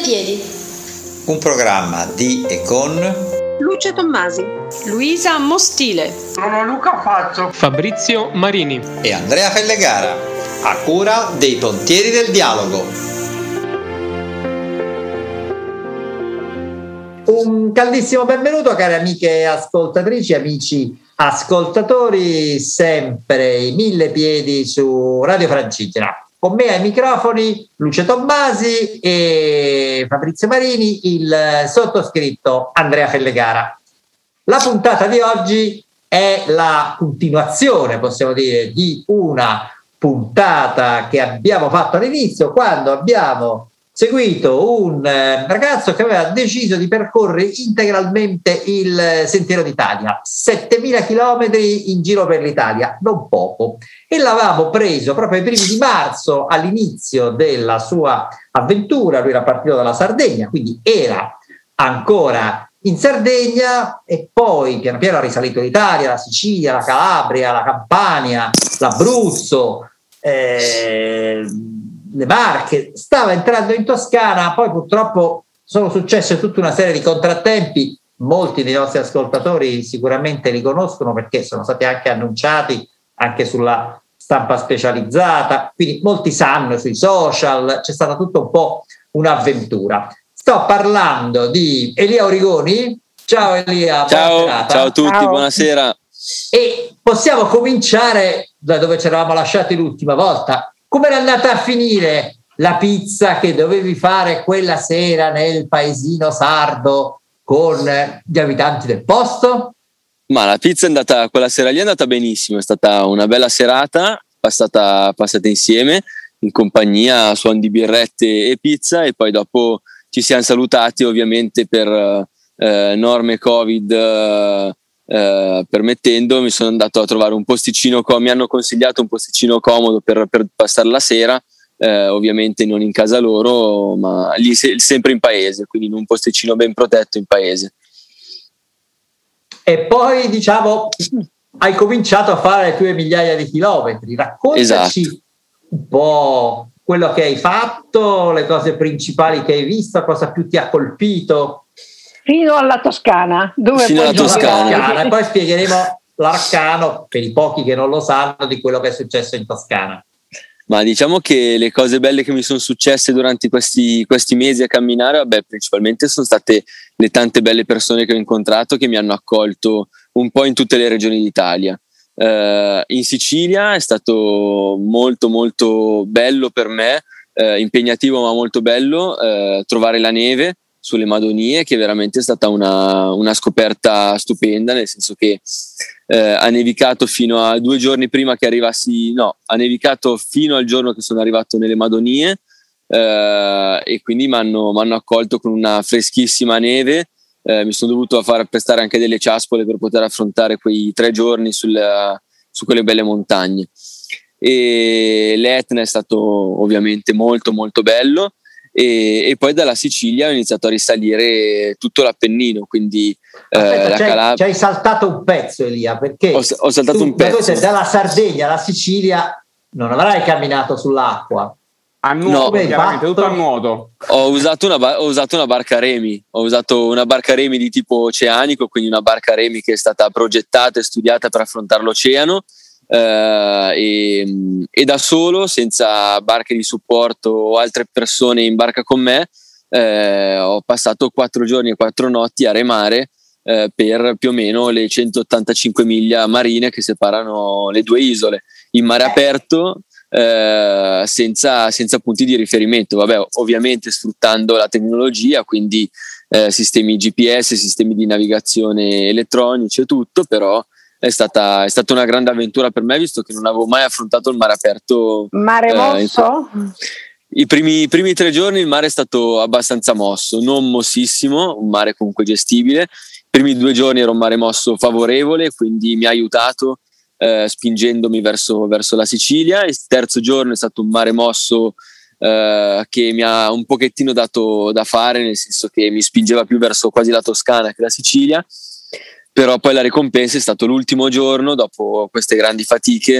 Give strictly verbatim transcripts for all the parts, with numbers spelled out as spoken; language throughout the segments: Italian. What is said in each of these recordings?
piedi. Un programma di e con Luce Tommasi, Luisa Mostile, Sono Luca Fazzo, Fabrizio Marini e Andrea Fellegara, a cura dei Pontieri del Dialogo. Un caldissimo benvenuto, cari amiche ascoltatrici, amici ascoltatori, sempre i mille piedi su Radio Francigena. Con me ai microfoni Luce Tommasi e Fabrizio Marini, il sottoscritto Andrea Fellegara. La puntata di oggi è la continuazione, possiamo dire, di una puntata che abbiamo fatto all'inizio, quando abbiamo seguito un ragazzo che aveva deciso di percorrere integralmente il Sentiero d'Italia, settemila chilometri in giro per l'Italia, non poco, e l'avevamo preso proprio ai primi di marzo, all'inizio della sua avventura. Lui era partito dalla Sardegna, quindi era ancora in Sardegna, e poi piano piano ha risalito l'Italia, la Sicilia, la Calabria, la Campania, l'Abruzzo, eh, le Marche, stava entrando in Toscana. Poi purtroppo sono successe tutta una serie di contrattempi, molti dei nostri ascoltatori sicuramente li conoscono perché sono stati anche annunciati anche sulla stampa specializzata, quindi molti sanno sui social, c'è stata tutta un po' un'avventura. Sto parlando di Elia Origoni. Ciao Elia, ciao, ciao a tutti, ciao. Buonasera. E possiamo cominciare da dove ci eravamo lasciati l'ultima volta. Come era andata a finire la pizza che dovevi fare quella sera nel paesino sardo con gli abitanti del posto? Ma la pizza è andata, quella sera lì è andata benissimo, è stata una bella serata, passata, passata insieme, in compagnia, suon di birrette e pizza, e poi dopo ci siamo salutati ovviamente per eh, norme Covid eh, eh, permettendo. Mi sono andato a trovare un posticino, co- mi hanno consigliato un posticino comodo per, per passare la sera, eh, ovviamente non in casa loro, ma lì se- sempre in paese, quindi in un posticino ben protetto in paese. E poi diciamo hai cominciato a fare le tue migliaia di chilometri. Raccontaci esatto. un po' quello che hai fatto, le cose principali che hai visto, cosa più ti ha colpito. Fino alla Toscana, dove fino poi alla Toscana. Toscana. E poi spiegheremo l'arcano, per i pochi che non lo sanno, di quello che è successo in Toscana. Ma diciamo che le cose belle che mi sono successe durante questi, questi mesi a camminare, vabbè, principalmente sono state le tante belle persone che ho incontrato, che mi hanno accolto un po' in tutte le regioni d'Italia. Uh, in Sicilia è stato molto molto bello per me, uh, impegnativo ma molto bello, uh, trovare la neve sulle Madonie, che veramente è stata una, una scoperta stupenda, nel senso che uh, ha nevicato fino a due giorni prima che arrivassi, no, ha nevicato fino al giorno che sono arrivato nelle Madonie, uh, e quindi mi hanno accolto con una freschissima neve. Eh, mi sono dovuto far prestare anche delle ciaspole per poter affrontare quei tre giorni sul, su quelle belle montagne. E l'Etna è stato ovviamente molto molto bello, e, e poi dalla Sicilia ho iniziato a risalire tutto l'Appennino, quindi Aspetta, eh, la Calabria. Ci hai saltato un pezzo, Elia, perché ho, ho saltato tu, un pezzo. Dalla Sardegna alla Sicilia non avrai camminato sull'acqua. A nuoto, no, chiaramente, tutto a nuoto. Ho usato, una, ho usato una barca remi, ho usato una barca remi di tipo oceanico, quindi una barca remi che è stata progettata e studiata per affrontare l'oceano, eh, e, e da solo, senza barche di supporto o altre persone in barca con me, eh, ho passato quattro giorni e quattro notti a remare eh, per più o meno le centottantacinque miglia marine che separano le due isole, in mare aperto. Eh, senza, senza punti di riferimento, vabbè, ovviamente sfruttando la tecnologia, quindi eh, sistemi G P S, sistemi di navigazione elettronici e tutto, però è stata, è stata una grande avventura per me, visto che non avevo mai affrontato il mare aperto. Mare mosso? Eh, I primi, i primi tre giorni il mare è stato abbastanza mosso, non mossissimo, un mare comunque gestibile. I primi due giorni era un mare mosso favorevole, quindi mi ha aiutato Eh, spingendomi verso, verso la Sicilia. Il terzo giorno è stato un mare mosso eh, che mi ha un pochettino dato da fare, nel senso che mi spingeva più verso quasi la Toscana che la Sicilia, però poi la ricompensa è stato l'ultimo giorno, dopo queste grandi fatiche,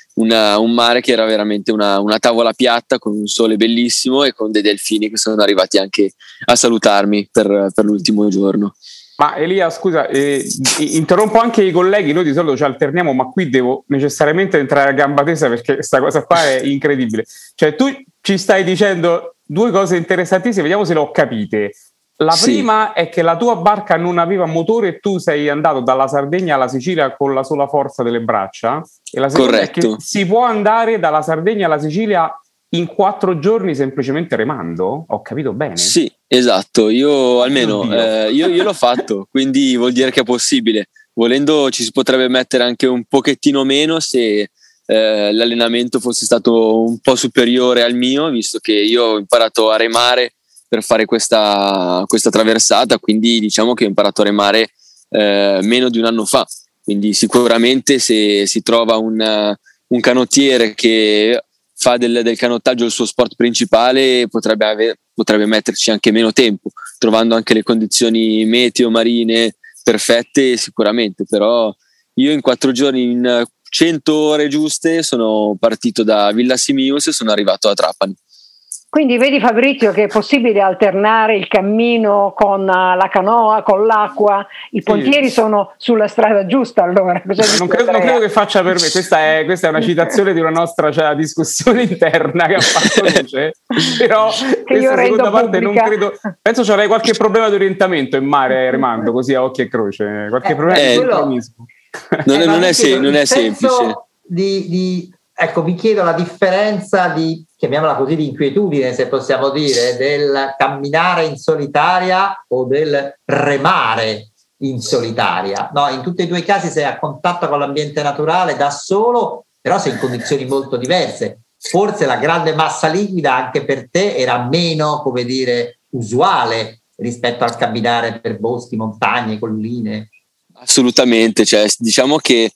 una, un mare che era veramente una, una tavola piatta con un sole bellissimo e con dei delfini che sono arrivati anche a salutarmi per, per l'ultimo giorno. Ma Elia, scusa, eh, interrompo anche i colleghi, noi di solito ci alterniamo, ma qui devo necessariamente entrare a gamba tesa perché questa cosa qua è incredibile. Cioè tu ci stai dicendo due cose interessantissime, vediamo se le ho capite. La Sì. prima è che la tua barca non aveva motore e tu sei andato dalla Sardegna alla Sicilia con la sola forza delle braccia. E la seconda Corretto. è che si può andare dalla Sardegna alla Sicilia in quattro giorni semplicemente remando? Ho capito bene? Sì, esatto, io almeno Oddio. eh, io, io l'ho fatto, quindi vuol dire che è possibile. Volendo ci si potrebbe mettere anche un pochettino meno se eh, l'allenamento fosse stato un po' superiore al mio, visto che io ho imparato a remare per fare questa, questa traversata, quindi diciamo che ho imparato a remare eh, meno di un anno fa. Quindi sicuramente se si trova un, un canottiere che fa del, del canottaggio il suo sport principale, potrebbe, aver, potrebbe metterci anche meno tempo, trovando anche le condizioni meteo marine perfette sicuramente. Però io in quattro giorni, in cento ore giuste, sono partito da Villa Simius e sono arrivato a Trapani. Quindi vedi Fabrizio che è possibile alternare il cammino con la canoa, con l'acqua, i pontieri sono sulla strada giusta allora. Non credo, non credo che faccia per me, questa è, questa è una citazione di una nostra cioè, discussione interna che ha fatto luce, però che io questa seconda parte non pubblica. credo, penso ci avrei qualche problema di orientamento in mare remando così a occhio e croce, qualche Eh, problema eh, di quello- sincronismo. Non, è, Eh, ma non è, se- anche non è il senso semplice. Di, di, ecco, vi chiedo la differenza di, chiamiamola così, di inquietudine, se possiamo dire, del camminare in solitaria o del remare in solitaria. No, in tutti e due i casi sei a contatto con l'ambiente naturale da solo, però sei in condizioni molto diverse. Forse la grande massa liquida anche per te era meno, come dire, usuale rispetto al camminare per boschi, montagne, colline. Assolutamente, cioè, diciamo che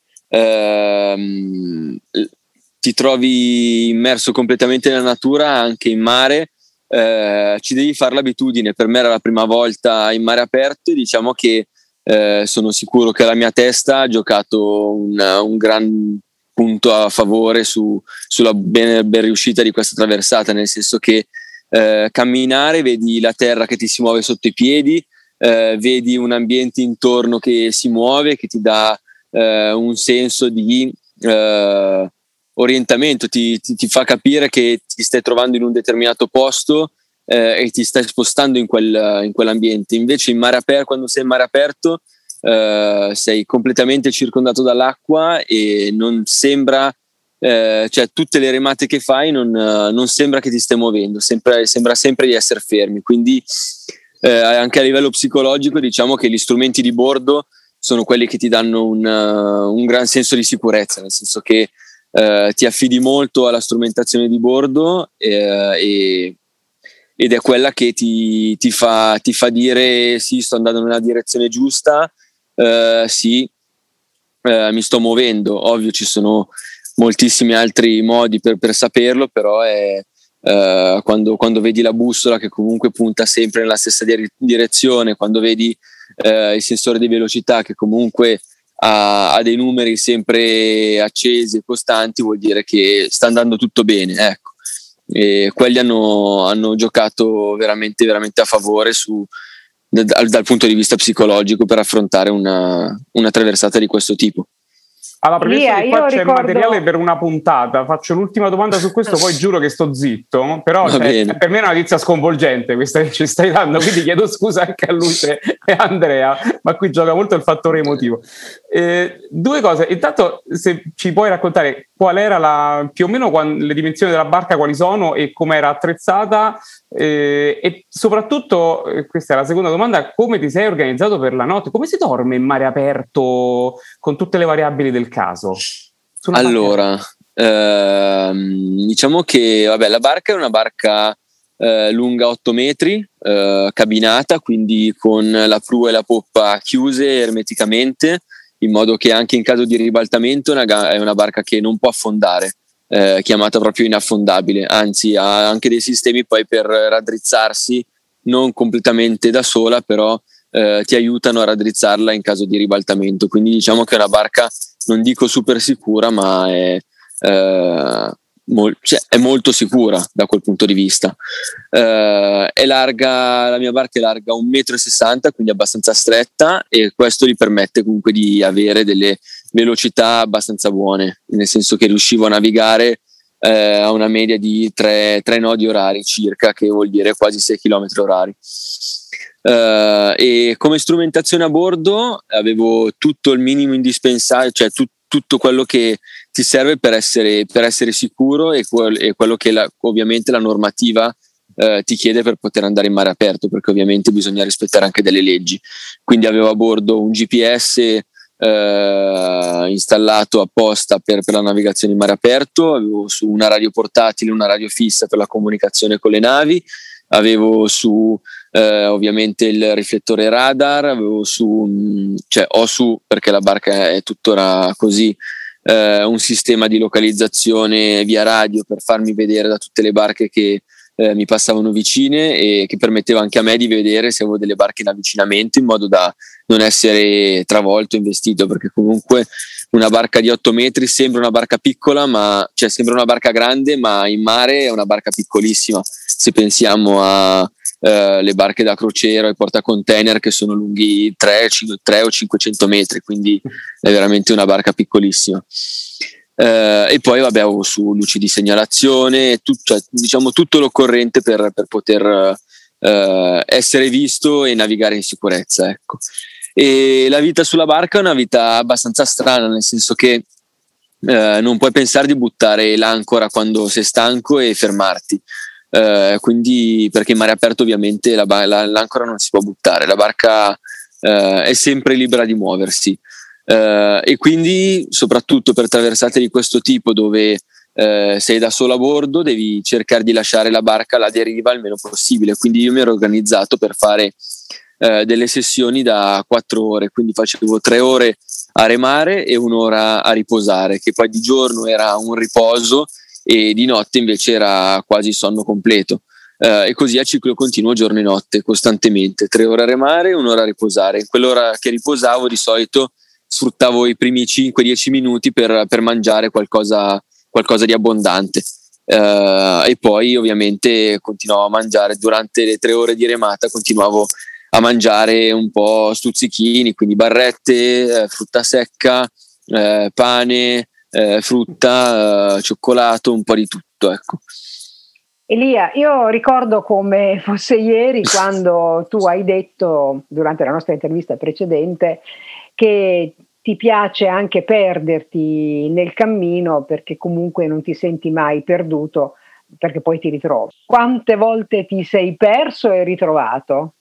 ehm, ti trovi immerso completamente nella natura, anche in mare, eh, ci devi fare l'abitudine. Per me era la prima volta in mare aperto e diciamo che eh, sono sicuro che la mia testa ha giocato un, un gran punto a favore su, sulla ben, ben riuscita di questa traversata, nel senso che eh, camminare, vedi la terra che ti si muove sotto i piedi, eh, vedi un ambiente intorno che si muove, che ti dà eh, un senso di eh, orientamento, ti, ti, ti fa capire che ti stai trovando in un determinato posto eh, e ti stai spostando in, quel, in quell'ambiente. Invece in mare aperto, quando sei in mare aperto eh, sei completamente circondato dall'acqua e non sembra eh, cioè tutte le remate che fai non, non sembra che ti stai muovendo, sembra, sembra sempre di essere fermi. Quindi eh, anche a livello psicologico diciamo che gli strumenti di bordo sono quelli che ti danno un, uh, un gran senso di sicurezza, nel senso che uh, ti affidi molto alla strumentazione di bordo eh, e, ed è quella che ti, ti, fa, ti fa dire sì, sto andando nella direzione giusta, uh, sì, uh, mi sto muovendo. Ovvio ci sono moltissimi altri modi per, per saperlo, però è uh, quando, quando vedi la bussola che comunque punta sempre nella stessa dire- direzione, quando vedi Uh, il sensore di velocità che comunque ha, ha dei numeri sempre accesi e costanti, vuol dire che sta andando tutto bene, ecco. E quelli hanno, hanno giocato veramente, veramente a favore su, dal, dal punto di vista psicologico per affrontare una, una traversata di questo tipo. Allora, premesso Via, che qua io c'è ricordo- materiale per una puntata, faccio l'ultima domanda su questo, poi giuro che sto zitto, però Va cioè, bene. per me è una notizia sconvolgente questa che ci stai dando, quindi chiedo scusa anche a Luce e a Andrea, ma qui gioca molto il fattore emotivo. Eh, due cose, intanto se ci puoi raccontare qual era la, più o meno quan- le dimensioni della barca, quali sono e come era attrezzata, eh, e soprattutto, eh, questa è la seconda domanda, come ti sei organizzato per la notte? Come si dorme in mare aperto con tutte le variabili del caso? Su una Allora, ehm, diciamo che vabbè, la barca è una barca eh, lunga otto metri, eh, cabinata, quindi con la prua e la poppa chiuse ermeticamente, in modo che anche in caso di ribaltamento è una, ga- è una barca che non può affondare, eh, chiamata proprio inaffondabile, anzi ha anche dei sistemi poi per raddrizzarsi, non completamente da sola, però eh, ti aiutano a raddrizzarla in caso di ribaltamento. Quindi diciamo che è una barca, non dico super sicura, ma è eh, mol- cioè, è molto sicura da quel punto di vista. Eh, è larga, la mia barca è larga un metro e sessanta, quindi abbastanza stretta, e questo gli permette comunque di avere delle velocità abbastanza buone, nel senso che riuscivo a navigare eh, a una media di tre nodi orari circa, che vuol dire quasi sei chilometri orari. Uh, e come strumentazione a bordo avevo tutto il minimo indispensabile, cioè tu, tutto quello che ti serve per essere, per essere sicuro, e, quel, e quello che la, ovviamente la normativa uh, ti chiede per poter andare in mare aperto, perché ovviamente bisogna rispettare anche delle leggi. Quindi avevo a bordo un G P S uh, installato apposta per, per la navigazione in mare aperto, avevo su una radio portatile, una radio fissa per la comunicazione con le navi, avevo su eh, ovviamente il riflettore radar, avevo su, cioè ho su, perché la barca è tuttora così, eh, un sistema di localizzazione via radio per farmi vedere da tutte le barche che eh, mi passavano vicine, e che permetteva anche a me di vedere se avevo delle barche in avvicinamento, in modo da non essere travolto, investito, perché comunque una barca di otto metri sembra una barca piccola, ma cioè sembra una barca grande, ma in mare è una barca piccolissima, se pensiamo a eh, le barche da crociera e portacontainer che sono lunghi tre o cinquecento metri, quindi è veramente una barca piccolissima. Eh, e poi vabbè, avevo su luci di segnalazione, tut, cioè, diciamo tutto l'occorrente per, per poter eh, essere visto e navigare in sicurezza, ecco. E la vita sulla barca è una vita abbastanza strana, nel senso che eh, non puoi pensare di buttare l'ancora quando sei stanco e fermarti, eh, quindi, perché in mare aperto ovviamente la, la, l'ancora non si può buttare, la barca eh, è sempre libera di muoversi, eh, e quindi soprattutto per traversate di questo tipo, dove eh, sei da solo a bordo, devi cercare di lasciare la barca alla deriva il meno possibile. Quindi io mi ero organizzato per fare Eh, delle sessioni da quattro ore, quindi facevo tre ore a remare e un'ora a riposare, che poi di giorno era un riposo e di notte invece era quasi sonno completo, eh, e così a ciclo continuo giorno e notte costantemente, tre ore a remare e un'ora a riposare. In quell'ora che riposavo di solito sfruttavo i primi cinque dieci minuti per, per mangiare qualcosa, qualcosa di abbondante. Uh, e poi ovviamente continuavo a mangiare durante le tre ore di remata, continuavo a mangiare un po' stuzzichini, quindi barrette, eh, frutta secca, eh, pane, eh, frutta, eh, cioccolato, un po' di tutto, ecco. Elia, io ricordo come fosse ieri quando tu hai detto durante la nostra intervista precedente che ti piace anche perderti nel cammino, perché comunque non ti senti mai perduto, perché poi ti ritrovi. Quante volte ti sei perso e ritrovato?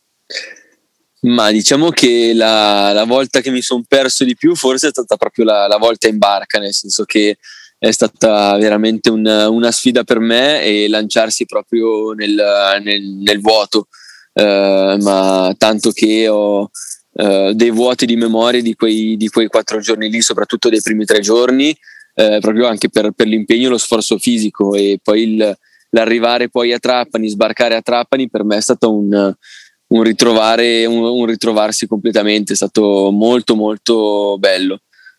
Ma diciamo che la, la volta che mi sono perso di più forse è stata proprio la, la volta in barca, nel senso che è stata veramente un, una sfida per me, e lanciarsi proprio nel, nel, nel vuoto, eh, ma tanto che ho eh, dei vuoti di memoria di quei, di quei quattro giorni lì, soprattutto dei primi tre giorni, eh, proprio anche per, per l'impegno e lo sforzo fisico, e poi il, l'arrivare poi a Trapani, sbarcare a Trapani per me è stato un Un, ritrovare, un, un ritrovarsi completamente, è stato molto molto bello.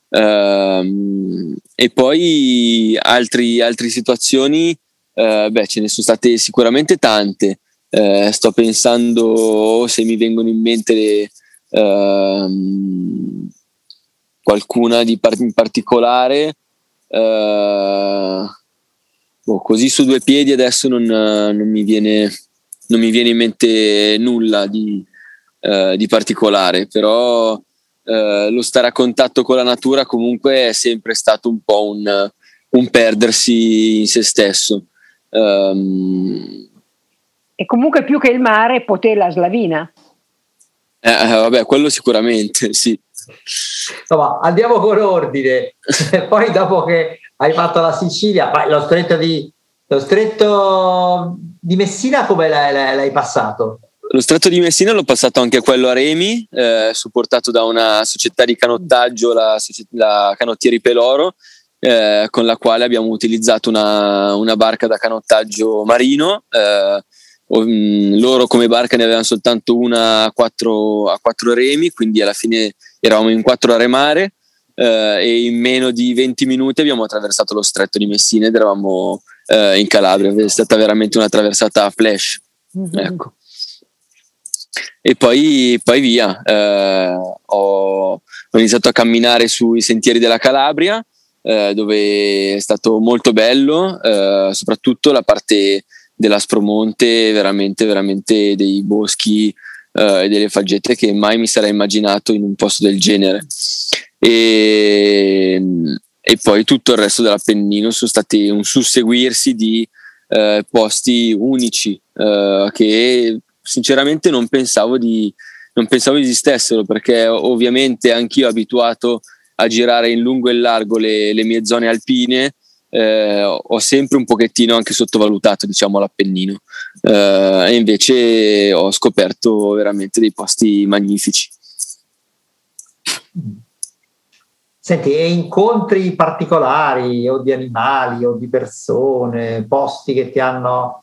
Uh, e poi altri, altre situazioni, uh, beh, ce ne sono state sicuramente tante. Uh, sto pensando se mi vengono in mente le, uh, qualcuna di par- in particolare. Uh, boh, così su due piedi adesso non, non mi viene non mi viene in mente nulla di, eh, di particolare, però eh, lo stare a contatto con la natura comunque è sempre stato un po' un, un perdersi in se stesso. Um, e comunque più che il mare, potè la Slavina. Eh, vabbè, quello sicuramente, sì. Insomma, andiamo con ordine. Poi dopo che hai fatto la Sicilia, vai, lo stretto di Lo stretto di Messina come l'hai, l'hai passato? Lo stretto di Messina l'ho passato anche quello a remi, eh, supportato da una società di canottaggio, la, la Canottieri Peloro, eh, con la quale abbiamo utilizzato una, una barca da canottaggio marino. Eh, um, loro come barca ne avevano soltanto una a quattro, a quattro remi, quindi alla fine eravamo in quattro a remare. eh, e in meno di venti minuti abbiamo attraversato lo stretto di Messina ed eravamo eh, in Calabria. È stata veramente una traversata a flash, mm-hmm. ecco. E poi, poi via, eh, ho, ho iniziato a camminare sui sentieri della Calabria, eh, dove è stato molto bello, eh, soprattutto la parte dell'Aspromonte, veramente, veramente dei boschi eh, e delle faggete che mai mi sarei immaginato in un posto del genere. E, e poi tutto il resto dell'Appennino sono stati un susseguirsi di eh, posti unici eh, che sinceramente non pensavo di non pensavo esistessero, perché ovviamente anch'io abituato a girare in lungo e in largo le, le mie zone alpine, eh, ho sempre un pochettino anche sottovalutato, diciamo, l'Appennino, eh, e invece ho scoperto veramente dei posti magnifici. Senti, e incontri particolari o di animali o di persone, posti che ti hanno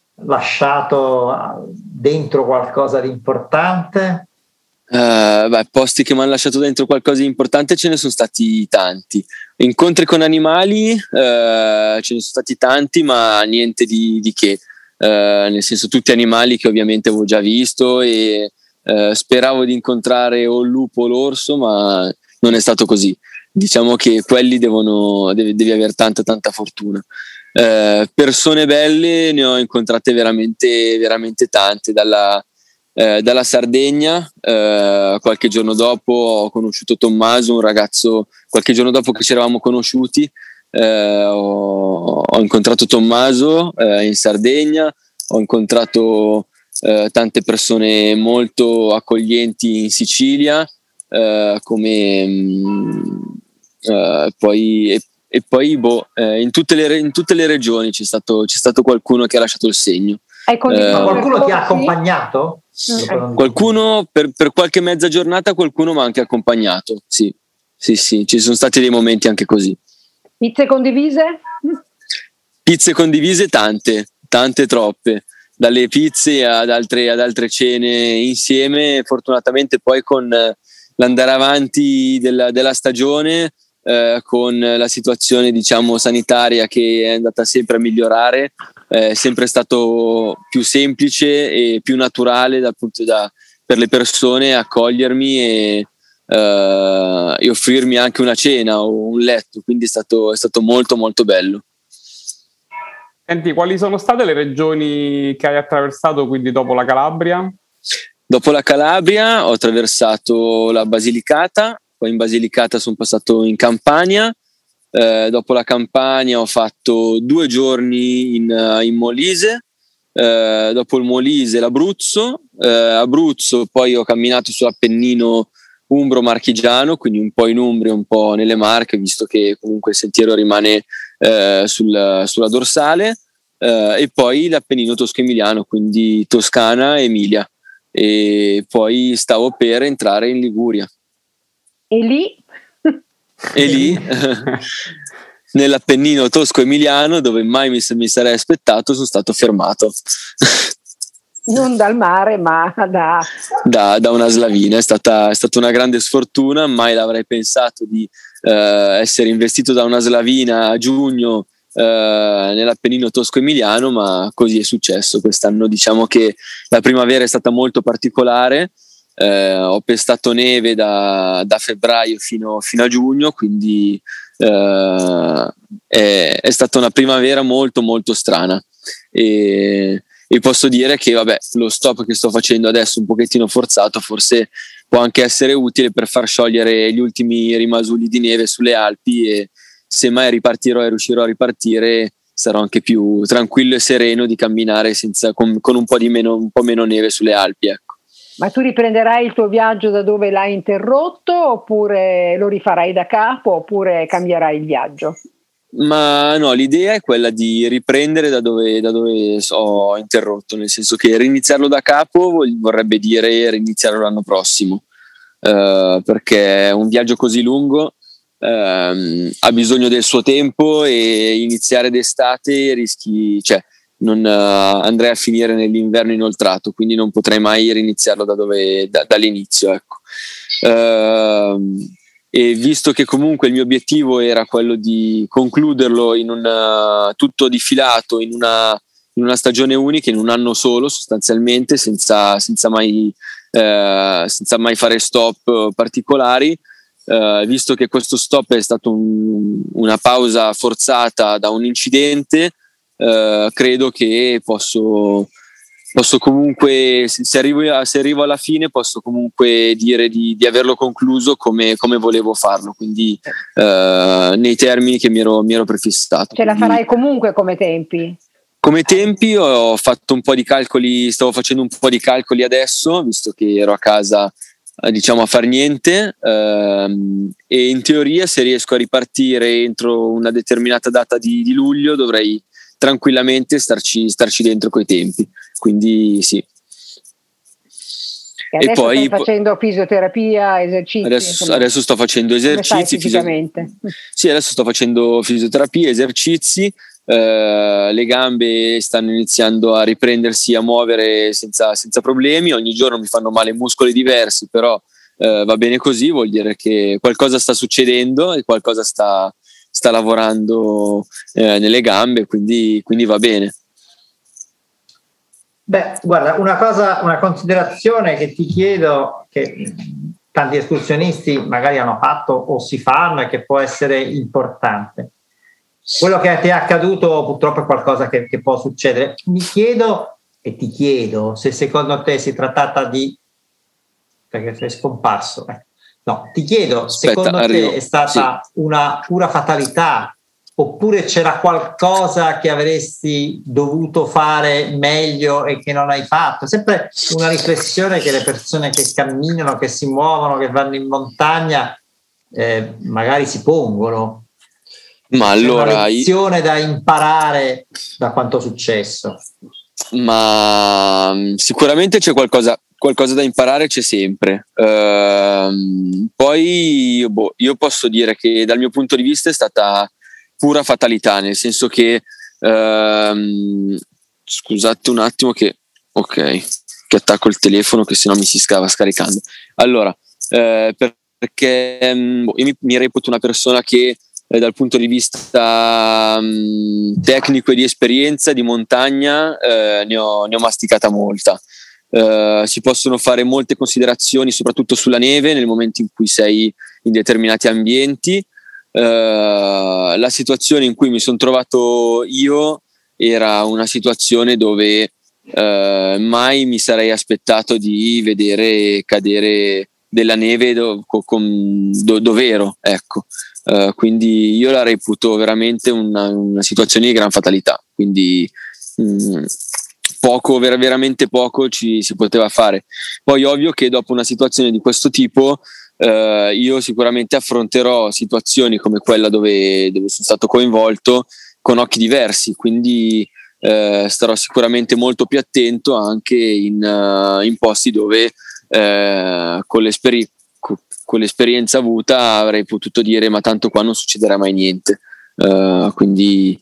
lasciato dentro qualcosa di importante? Uh, beh, posti che mi hanno lasciato dentro qualcosa di importante ce ne sono stati tanti. Incontri con animali uh, ce ne sono stati tanti, ma niente di, di che, uh, nel senso tutti animali che ovviamente avevo già visto e uh, speravo di incontrare o il lupo o l'orso, ma non è stato così. Diciamo che quelli devono devi, devi avere tanta tanta fortuna. Eh, persone belle ne ho incontrate veramente veramente tante, dalla, eh, dalla Sardegna, eh, qualche giorno dopo ho conosciuto Tommaso, un ragazzo, qualche giorno dopo che ci eravamo conosciuti, eh, ho, ho incontrato Tommaso eh, in Sardegna, ho incontrato eh, tante persone molto accoglienti in Sicilia, eh, come mh, eh, poi e, E poi boh, eh, in, tutte le, in tutte le regioni c'è stato, c'è stato qualcuno che ha lasciato il segno. Eh, qualcuno ti ha accompagnato? Mm. Qualcuno per, per qualche mezza giornata, qualcuno mi ha anche accompagnato. Sì, sì, sì, ci sono stati dei momenti anche così. Pizze condivise? Pizze condivise tante, tante troppe. Dalle pizze ad altre, ad altre cene insieme. Fortunatamente poi con l'andare avanti della, della stagione, Eh, con la situazione, diciamo, sanitaria che è andata sempre a migliorare, è sempre stato più semplice e più naturale dal punto da, per le persone accogliermi e, eh, e offrirmi anche una cena o un letto, quindi è stato, è stato molto molto bello. Senti, quali sono state le regioni che hai attraversato quindi dopo la Calabria? Dopo la Calabria ho attraversato la Basilicata. Poi in Basilicata sono passato in Campania, eh, dopo la Campania ho fatto due giorni in, in Molise, eh, dopo il Molise l'Abruzzo, eh, Abruzzo poi ho camminato sull'Appennino umbro-marchigiano, quindi un po' in Umbria, un po' nelle Marche, visto che comunque il sentiero rimane eh, sul, sulla dorsale, eh, e poi l'Appennino tosco-emiliano, quindi Toscana e Emilia, e poi stavo per entrare in Liguria. E lì? E lì, nell'Appennino tosco-emiliano, dove mai mi, mi sarei aspettato, sono stato fermato. Non dal mare, ma da... da, da una slavina. È stata, è stata una grande sfortuna, mai l'avrei pensato di eh, essere investito da una slavina a giugno eh, nell'Appennino tosco-emiliano, ma così è successo. Quest'anno diciamo che la primavera è stata molto particolare. Eh, ho pestato neve da, da febbraio fino, fino a giugno, quindi eh, è, è stata una primavera molto molto strana e, e posso dire che vabbè, lo stop che sto facendo adesso un pochettino forzato forse può anche essere utile per far sciogliere gli ultimi rimasugli di neve sulle Alpi, e se mai ripartirò e riuscirò a ripartire sarò anche più tranquillo e sereno di camminare senza, con, con un po' di meno, un po' meno neve sulle Alpi, ecco. Ma tu riprenderai il tuo viaggio da dove l'hai interrotto, oppure lo rifarai da capo, oppure cambierai il viaggio? Ma no, l'idea è quella di riprendere da dove, da dove ho interrotto, nel senso che riniziarlo da capo vorrebbe dire riniziarlo l'anno prossimo, eh, perché un viaggio così lungo eh, ha bisogno del suo tempo e iniziare d'estate rischi, cioè non uh, andrei a finire nell'inverno inoltrato, quindi non potrei mai riniziarlo da dove, da, dall'inizio, ecco. Uh, e visto che comunque il mio obiettivo era quello di concluderlo in una, tutto difilato in una, in una stagione unica, in un anno solo sostanzialmente, senza, senza, mai, eh, senza mai fare stop particolari, eh, visto che questo stop è stato un, una pausa forzata da un incidente, eh, credo che posso... Posso comunque, se arrivo, se arrivo alla fine, posso comunque dire di, di averlo concluso come, come volevo farlo, quindi eh, nei termini che mi ero, mi ero prefissato. Ce la quindi, farai comunque come tempi? Come tempi ho fatto un po' di calcoli, stavo facendo un po' di calcoli adesso, visto che ero a casa, diciamo, a far niente, ehm, e in teoria se riesco a ripartire entro una determinata data di, di luglio dovrei tranquillamente starci, starci dentro coi tempi, quindi sì. E adesso e poi stai facendo fisioterapia, esercizi? Adesso, adesso sto facendo esercizi fisicamente. Fisio- sì, adesso sto facendo fisioterapia, esercizi, eh, le gambe stanno iniziando a riprendersi, a muovere senza, senza problemi, ogni giorno mi fanno male muscoli diversi, però eh, va bene così, vuol dire che qualcosa sta succedendo e qualcosa sta sta lavorando eh, nelle gambe, quindi, quindi va bene. Beh, guarda, una cosa, una considerazione che ti chiedo, che tanti escursionisti magari hanno fatto o si fanno e che può essere importante. Quello che ti è accaduto purtroppo è qualcosa che, che può succedere. Mi chiedo e ti chiedo se secondo te si trattata di... perché sei scomparso, eh. No, ti chiedo, Aspetta, secondo arrivo. te è stata sì. una pura fatalità oppure c'era qualcosa che avresti dovuto fare meglio e che non hai fatto? Sempre una riflessione che le persone che camminano, che si muovono, che vanno in montagna eh, magari si pongono. Ma c'è allora, una lezione io... da imparare da quanto è successo. Ma sicuramente c'è qualcosa qualcosa da imparare, c'è sempre. Uh, poi boh, io posso dire che dal mio punto di vista è stata pura fatalità, nel senso che uh, scusate un attimo che ok che attacco il telefono che sennò mi si stava scaricando. Allora uh, perché um, boh, io mi, mi reputo una persona che eh, dal punto di vista um, tecnico e di esperienza di montagna eh, ne, ho, ne ho masticata molta. Uh, si possono fare molte considerazioni soprattutto sulla neve nel momento in cui sei in determinati ambienti. Uh, la situazione in cui mi sono trovato io era una situazione dove uh, mai mi sarei aspettato di vedere cadere della neve do, con, do, dov'ero, ecco. Uh, quindi io la reputo veramente una, una situazione di gran fatalità, quindi mh, poco, ver- veramente poco ci si poteva fare. Poi ovvio che dopo una situazione di questo tipo eh, io sicuramente affronterò situazioni come quella dove, dove sono stato coinvolto con occhi diversi, quindi eh, starò sicuramente molto più attento anche in, uh, in posti dove eh, con, l'esperi- co- con l'esperienza avuta avrei potuto dire ma tanto qua non succederà mai niente, uh, quindi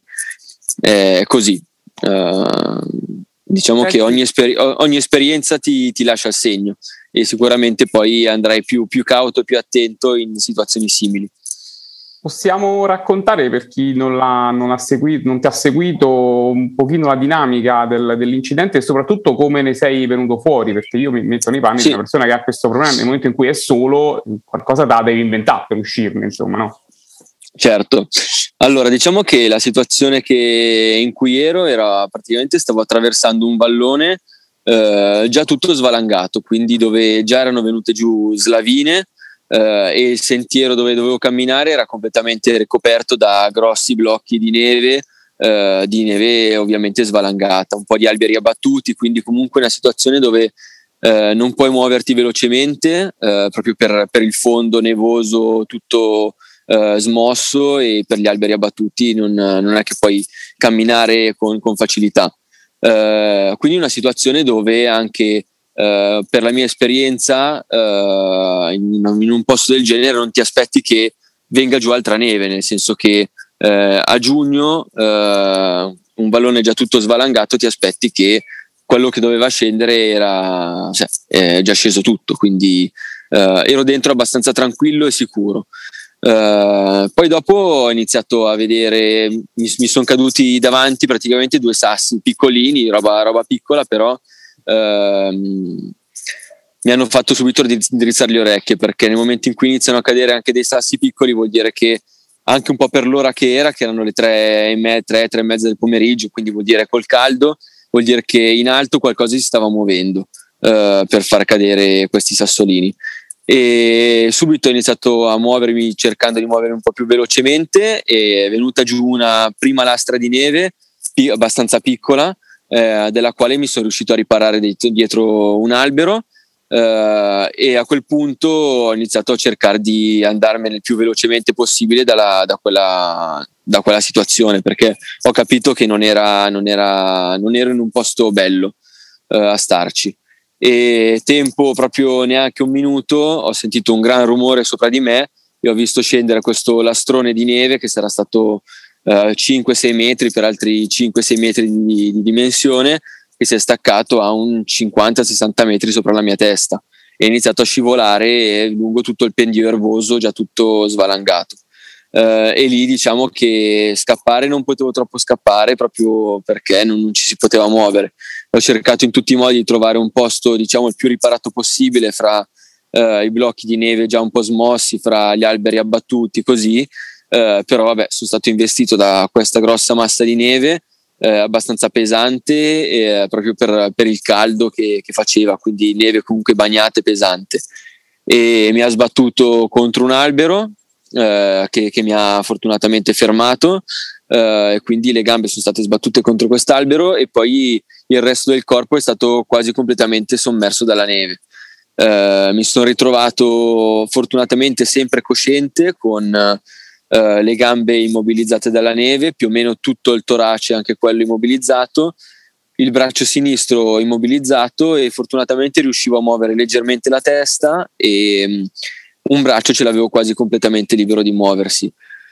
è così. Uh, diciamo Senti. che ogni, esperi- ogni esperienza ti, ti lascia il segno e sicuramente poi andrai più, più cauto e più attento in situazioni simili. Possiamo raccontare, per chi non, l'ha, non, ha seguito, non ti ha seguito, un pochino la dinamica del, dell'incidente e soprattutto come ne sei venuto fuori? Perché io mi metto nei panni di sì. una persona che ha questo problema, nel momento in cui è solo, qualcosa da devi inventare per uscirne, insomma, no? Certo, allora diciamo che la situazione che in cui ero era praticamente stavo attraversando un vallone eh, già tutto svalangato, quindi dove già erano venute giù slavine eh, e il sentiero dove dovevo camminare era completamente ricoperto da grossi blocchi di neve, eh, di neve ovviamente svalangata, un po' di alberi abbattuti, quindi comunque una situazione dove eh, non puoi muoverti velocemente eh, proprio per, per il fondo nevoso tutto Uh, smosso e per gli alberi abbattuti non, non è che puoi camminare con, con facilità, uh, quindi una situazione dove anche uh, per la mia esperienza uh, in, in un posto del genere non ti aspetti che venga giù altra neve, nel senso che uh, a giugno uh, un vallone già tutto svalangato ti aspetti che quello che doveva scendere era cioè, è già sceso tutto, quindi Uh, ero dentro abbastanza tranquillo e sicuro. Uh, poi dopo ho iniziato a vedere, mi, mi sono caduti davanti praticamente due sassi piccolini, roba, roba piccola, però uh, mi hanno fatto subito indirizzare le orecchie, perché nel momento in cui iniziano a cadere anche dei sassi piccoli vuol dire che anche un po' per l'ora che era, che erano le tre e me, tre, tre e mezza del pomeriggio, quindi vuol dire col caldo, vuol dire che in alto qualcosa si stava muovendo uh, per far cadere questi sassolini. E subito ho iniziato a muovermi, cercando di muovermi un po' più velocemente, e è venuta giù una prima lastra di neve p- abbastanza piccola, eh, della quale mi sono riuscito a riparare dietro un albero, eh, e a quel punto ho iniziato a cercare di andarmene il più velocemente possibile dalla, da, quella, da quella situazione, perché ho capito che non era, non era, non ero in un posto bello eh, a starci. E tempo proprio neanche un minuto ho sentito un gran rumore sopra di me e ho visto scendere questo lastrone di neve che sarà stato uh, cinque sei metri per altri cinque sei metri di, di dimensione, che si è staccato a un cinquanta sessanta metri sopra la mia testa e è iniziato a scivolare lungo tutto il pendio erboso, già tutto svalangato. Uh, e lì diciamo che scappare non potevo troppo scappare, proprio perché non, non ci si poteva muovere. Ho cercato in tutti i modi di trovare un posto, diciamo, il più riparato possibile fra uh, i blocchi di neve già un po' smossi, fra gli alberi abbattuti, così, uh, però vabbè, sono stato investito da questa grossa massa di neve uh, abbastanza pesante, uh, proprio per, per il caldo che, che faceva, quindi neve comunque bagnata e pesante, e mi ha sbattuto contro un albero Uh, che, che mi ha fortunatamente fermato, uh, e quindi le gambe sono state sbattute contro quest'albero e poi il resto del corpo è stato quasi completamente sommerso dalla neve. Uh, mi sono ritrovato fortunatamente sempre cosciente, con uh, le gambe immobilizzate dalla neve, più o meno tutto il torace anche quello immobilizzato, il braccio sinistro immobilizzato, e fortunatamente riuscivo a muovere leggermente la testa, e un braccio ce l'avevo quasi completamente libero di muoversi.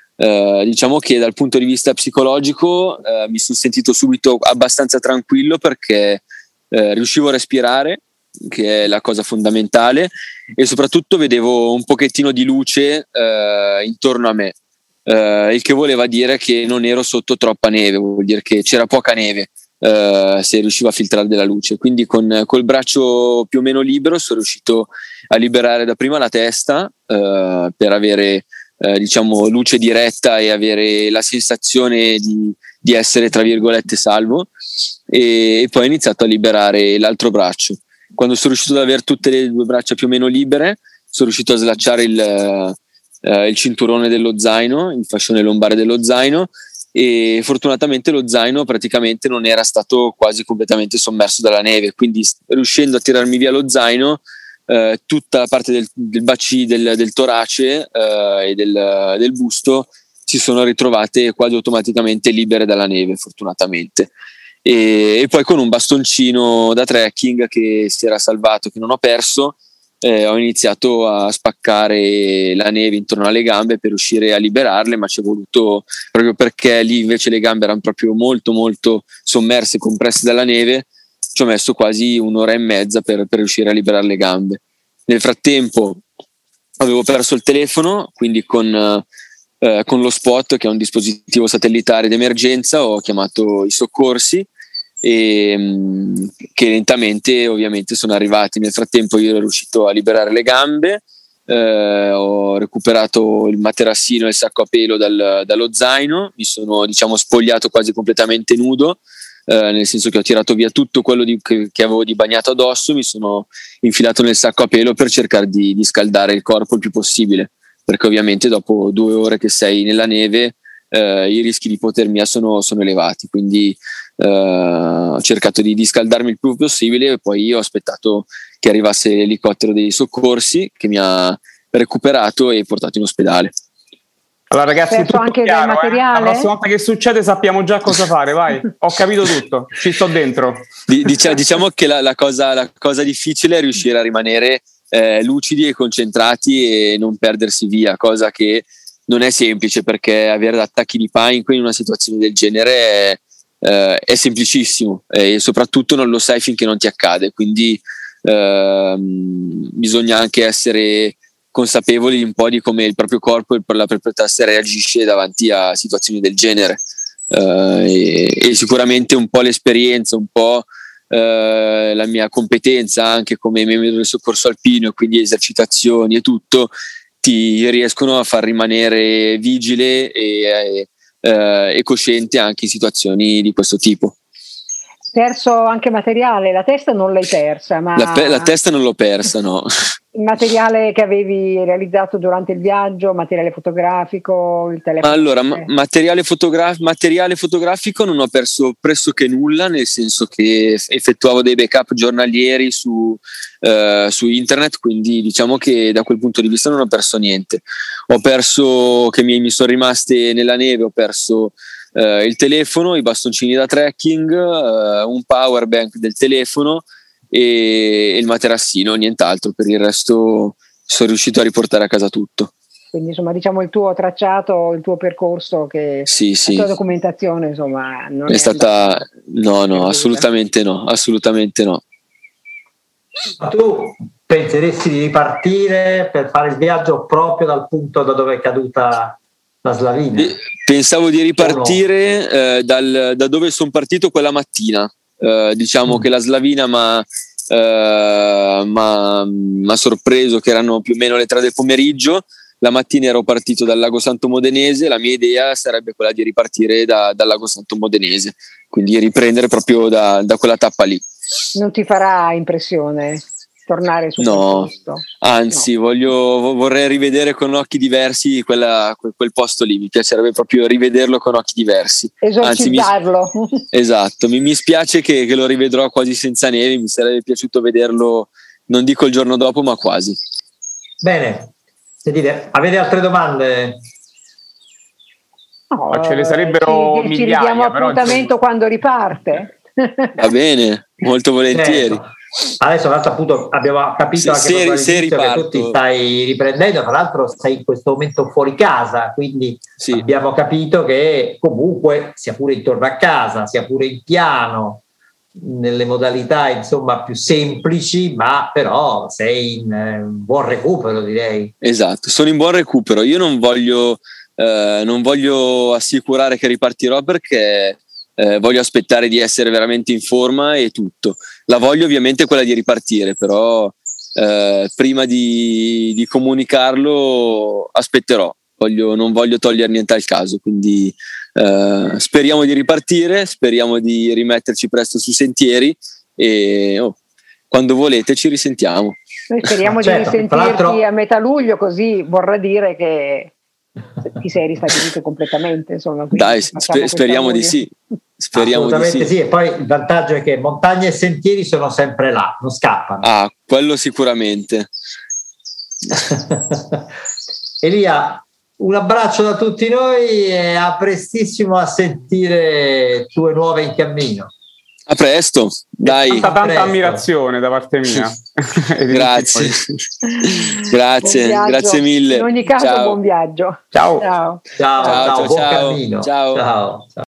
Uh, diciamo che dal punto di vista psicologico uh, mi sono sentito subito abbastanza tranquillo, perché uh, riuscivo a respirare, che è la cosa fondamentale, e soprattutto vedevo un pochettino di luce uh, intorno a me, uh, il che voleva dire che non ero sotto troppa neve, vuol dire che c'era poca neve. Uh, se riuscivo a filtrare della luce, quindi con col braccio più o meno libero sono riuscito a liberare dapprima la testa, uh, per avere uh, diciamo luce diretta e avere la sensazione di, di essere tra virgolette salvo, e, e poi ho iniziato a liberare l'altro braccio. Quando sono riuscito ad avere tutte le due braccia più o meno libere, sono riuscito a slacciare il, uh, il cinturone dello zaino, il fascione lombare dello zaino, e fortunatamente lo zaino praticamente non era stato quasi completamente sommerso dalla neve, quindi riuscendo a tirarmi via lo zaino, eh, tutta la parte del, del bacino, del, del torace eh, e del, del busto si sono ritrovate quasi automaticamente libere dalla neve, fortunatamente. E, e poi con un bastoncino da trekking che si era salvato, che non ho perso, Eh, ho iniziato a spaccare la neve intorno alle gambe per riuscire a liberarle, ma ci è voluto, proprio perché lì invece le gambe erano proprio molto molto sommerse, compresse dalla neve, ci ho messo quasi un'ora e mezza per, per riuscire a liberare le gambe. Nel frattempo avevo perso il telefono, quindi con, eh, con lo Spot, che è un dispositivo satellitare d'emergenza, ho chiamato i soccorsi, e mh, che lentamente ovviamente sono arrivati. Nel frattempo io ero riuscito a liberare le gambe, eh, ho recuperato il materassino e il sacco a pelo dal, dallo zaino, mi sono diciamo spogliato quasi completamente nudo, eh, nel senso che ho tirato via tutto quello di, che, che avevo di bagnato addosso, mi sono infilato nel sacco a pelo per cercare di, di scaldare il corpo il più possibile, perché ovviamente dopo due ore che sei nella neve eh, i rischi di ipotermia sono, sono elevati, quindi Uh, ho cercato di, di scaldarmi il più possibile, e poi io ho aspettato che arrivasse l'elicottero dei soccorsi, che mi ha recuperato e portato in ospedale. Allora ragazzi, tutto anche chiaro, del materiale? Eh? La prossima volta che succede sappiamo già cosa fare, vai, ho capito tutto, ci sto dentro. Dic- diciamo che la, la, cosa, la cosa difficile è riuscire a rimanere eh, lucidi e concentrati e non perdersi via, cosa che non è semplice, perché avere attacchi di panico in una situazione del genere è Uh, è semplicissimo, e soprattutto non lo sai finché non ti accade, quindi eh, bisogna anche essere consapevoli un po' di come il proprio corpo e la propria testa reagisce davanti a situazioni del genere, eh, e, e sicuramente un po' l'esperienza, un po' eh, la mia competenza anche come membro del soccorso alpino e quindi esercitazioni e tutto ti riescono a far rimanere vigile e, eh, e cosciente anche in situazioni di questo tipo. Perso anche materiale, la testa non l'hai persa, ma la, pe- la testa non l'ho persa, no. Il materiale che avevi realizzato durante il viaggio, materiale fotografico, il telefono. Allora, ma- materiale, fotogra- materiale fotografico non ho perso pressoché nulla, nel senso che effettuavo dei backup giornalieri su, eh, su internet, quindi diciamo che da quel punto di vista non ho perso niente. Ho perso, che mi, mi sono rimaste nella neve, ho perso Uh, il telefono, i bastoncini da trekking, uh, un power bank del telefono e, e il materassino, nient'altro. Per il resto sono riuscito a riportare a casa tutto. Quindi insomma diciamo il tuo tracciato, il tuo percorso, che sì, sì. la tua documentazione insomma non è, è stata andata... no no assolutamente no assolutamente no. Ma tu penseresti di ripartire per fare il viaggio proprio dal punto da dove è caduta la slavina? Pensavo di ripartire eh, dal, da dove sono partito quella mattina. Eh, diciamo mm. che la slavina mi eh, ha sorpreso che erano più o meno le tre del pomeriggio. La mattina ero partito dal Lago Santo Modenese. La mia idea sarebbe quella di ripartire da, dal Lago Santo Modenese, quindi riprendere proprio da, da quella tappa lì. Non ti farà impressione tornare su no, quel posto? Anzi, no. voglio, vorrei rivedere con occhi diversi quella, quel, quel posto lì. Mi piacerebbe proprio rivederlo con occhi diversi. Esorcizzarlo. Anzi, mi, esatto, mi, mi spiace che, che lo rivedrò quasi senza neve. Mi sarebbe piaciuto vederlo, non dico il giorno dopo, ma quasi. Bene, sentite, avete altre domande? No, ma ce ne sarebbero ci, migliaia. Ci ridiamo però, appuntamento quando riparte. Va bene, molto volentieri. Certo. Adesso tra l'altro appunto abbiamo capito se, anche se, se che tu ti stai riprendendo, tra l'altro sei in questo momento fuori casa, quindi sì. Abbiamo capito che comunque sia pure intorno a casa, sia pure in piano, nelle modalità insomma più semplici, ma però sei in eh, buon recupero, direi. Esatto, sono in buon recupero. Io non voglio eh, non voglio assicurare che ripartirò perché Eh, voglio aspettare di essere veramente in forma e tutto. La voglio ovviamente quella di ripartire, però eh, prima di, di comunicarlo aspetterò. Voglio, non voglio togliere niente al caso, quindi eh, speriamo di ripartire, speriamo di rimetterci presto sui sentieri e oh, quando volete ci risentiamo. Noi speriamo certo, di risentirti a metà luglio, così vorrà dire che ti sei ristabilito completamente, insomma. Dai, sper- speriamo di sì. Speriamo Assolutamente di sì. sì. E poi il vantaggio è che montagne e sentieri sono sempre là, non scappano. Ah, quello sicuramente. Elia, un abbraccio da tutti noi e a prestissimo a sentire tue nuove in cammino. A presto, dai. Tanta, tanta presto. ammirazione da parte mia. Grazie. Grazie, grazie mille. In ogni caso, ciao. Buon viaggio. Ciao. Ciao, Ciao, ciao, ciao, ciao, buon ciao. cammino. Ciao. Ciao.